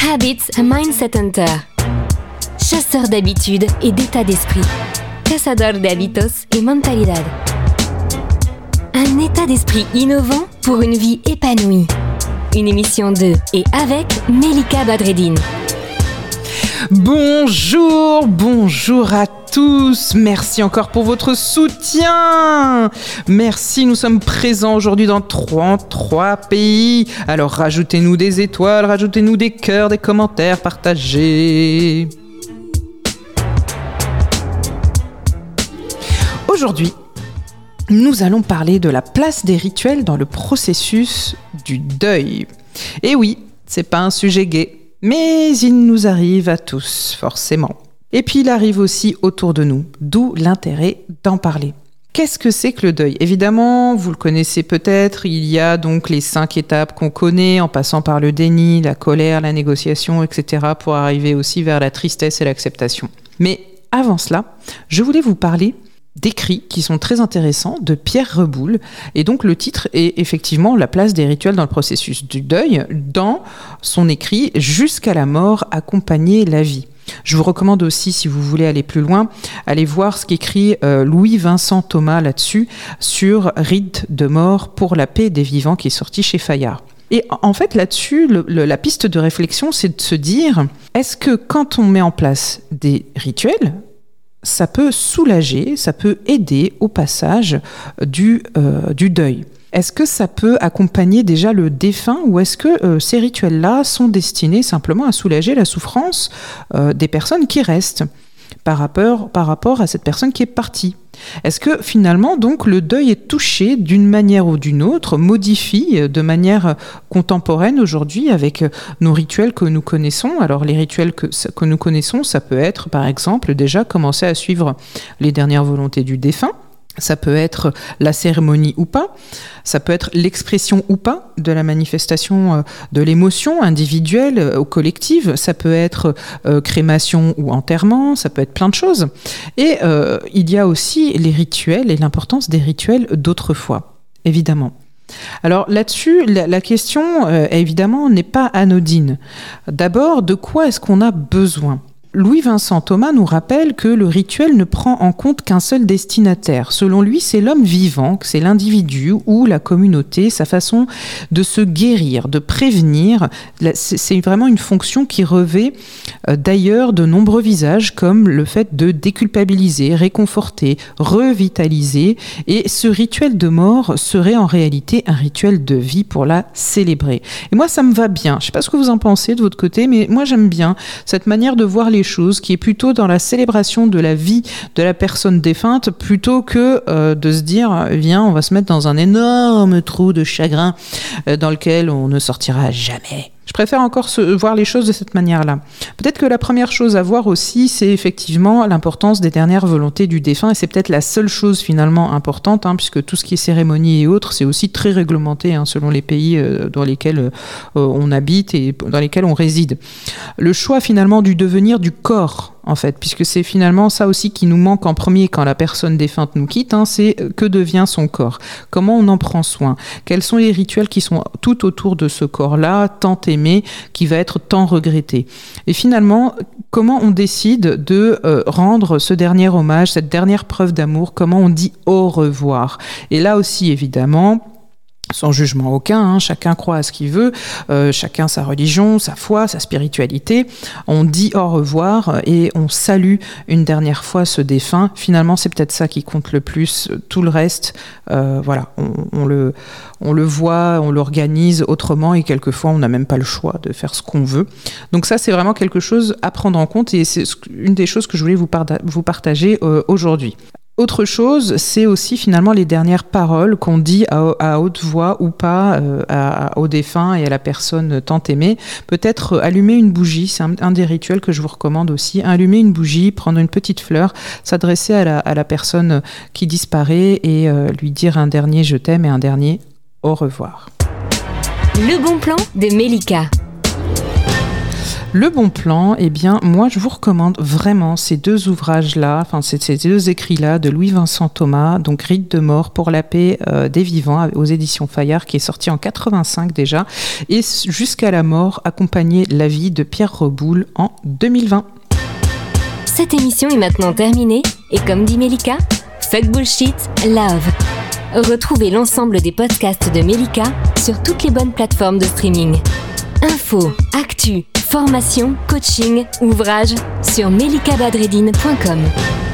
Habits and Mindset Hunter. Chasseur d'habitudes et d'état d'esprit. Cazador de hábitos y mentalidad. Un état d'esprit innovant pour une vie épanouie. Une émission de et avec Melika Badreddine. Bonjour à tous. Merci encore pour votre soutien. Merci, nous sommes présents aujourd'hui dans 33 pays. Alors rajoutez-nous des étoiles, rajoutez-nous des cœurs, des commentaires, partagez. Aujourd'hui, nous allons parler de la place des rituels dans le processus du deuil. Et oui, c'est pas un sujet gai, mais il nous arrive à tous, forcément. Et puis il arrive aussi autour de nous, d'où l'intérêt d'en parler. Qu'est-ce que c'est que le deuil ? Évidemment, vous le connaissez peut-être, il y a donc les 5 étapes qu'on connaît, en passant par le déni, la colère, la négociation, etc., pour arriver aussi vers la tristesse et l'acceptation. Mais avant cela, je voulais vous parler d'écrits qui sont très intéressants de Pierre Reboul. Et donc le titre est effectivement la place des rituels dans le processus du deuil, dans son écrit « Jusqu'à la mort, accompagner la vie ». Je vous recommande aussi, si vous voulez aller plus loin, aller voir ce qu'écrit Louis-Vincent Thomas là-dessus, sur Rite de mort pour la paix des vivants, qui est sorti chez Fayard. Et en fait, là-dessus, la piste de réflexion, c'est de se dire, est-ce que quand on met en place des rituels, ça peut soulager, ça peut aider au passage du deuil. Est-ce que ça peut accompagner déjà le défunt ou est-ce que ces rituels-là sont destinés simplement à soulager la souffrance des personnes qui restent par rapport à cette personne qui est partie ? Est-ce que finalement donc le deuil est touché d'une manière ou d'une autre, modifie de manière contemporaine aujourd'hui avec nos rituels que nous connaissons ? Alors les rituels que nous connaissons, ça peut être par exemple déjà commencer à suivre les dernières volontés du défunt. Ça peut être la cérémonie ou pas, ça peut être l'expression ou pas de la manifestation de l'émotion individuelle ou collective, ça peut être crémation ou enterrement, ça peut être plein de choses. Et il y a aussi les rituels et l'importance des rituels d'autrefois, évidemment. Alors là-dessus, la question, évidemment, n'est pas anodine. D'abord, de quoi est-ce qu'on a besoin ? Louis-Vincent Thomas nous rappelle que le rituel ne prend en compte qu'un seul destinataire. Selon lui, c'est l'homme vivant, c'est l'individu ou la communauté, sa façon de se guérir, de prévenir. C'est vraiment une fonction qui revêt d'ailleurs de nombreux visages, comme le fait de déculpabiliser, réconforter, revitaliser. Et ce rituel de mort serait en réalité un rituel de vie pour la célébrer. Et moi, ça me va bien. Je ne sais pas ce que vous en pensez de votre côté, mais moi, j'aime bien cette manière de voir les choses, qui est plutôt dans la célébration de la vie de la personne défunte, plutôt que de se dire, viens, on va se mettre dans un énorme trou de chagrin dans lequel on ne sortira jamais. Je préfère encore voir les choses de cette manière-là. Peut-être que la première chose à voir aussi, c'est effectivement l'importance des dernières volontés du défunt, et c'est peut-être la seule chose finalement importante, puisque tout ce qui est cérémonie et autres, c'est aussi très réglementé selon les pays dans lesquels on habite et dans lesquels on réside. Le choix finalement du devenir du corps, en fait, puisque c'est finalement ça aussi qui nous manque en premier quand la personne défunte nous quitte, c'est que devient son corps ? Comment on en prend soin ? Quels sont les rituels qui sont tout autour de ce corps-là, tant aimé, qui va être tant regretté ? Et finalement, comment on décide de rendre ce dernier hommage, cette dernière preuve d'amour ? Comment on dit au revoir ? Et là aussi, évidemment, sans jugement aucun, chacun croit à ce qu'il veut, chacun sa religion, sa foi, sa spiritualité. On dit au revoir et on salue une dernière fois ce défunt. Finalement, c'est peut-être ça qui compte le plus. Tout le reste, voilà, on le voit, on l'organise autrement et quelquefois, on n'a même pas le choix de faire ce qu'on veut. Donc ça, c'est vraiment quelque chose à prendre en compte et c'est une des choses que je voulais vous partager aujourd'hui. Autre chose, c'est aussi finalement les dernières paroles qu'on dit à haute voix ou pas au défunt et à la personne tant aimée. Peut-être allumer une bougie, c'est un des rituels que je vous recommande aussi. Allumer une bougie, prendre une petite fleur, s'adresser à la personne qui disparaît et lui dire un dernier « je t'aime » et un dernier « au revoir ». Le bon plan de Melika. Le bon plan, eh bien, moi, je vous recommande vraiment ces deux ouvrages-là, enfin, ces deux écrits-là de Louis-Vincent Thomas, donc Rite de mort pour la paix des vivants, aux éditions Fayard, qui est sorti en 85 déjà, et Jusqu'à la mort, accompagné la vie de Pierre Reboul en 2020. Cette émission est maintenant terminée, et comme dit Melika, fuck bullshit, love. Retrouvez l'ensemble des podcasts de Melika sur toutes les bonnes plateformes de streaming. Info, actu, formation, coaching, ouvrages sur melikabadreddine.com.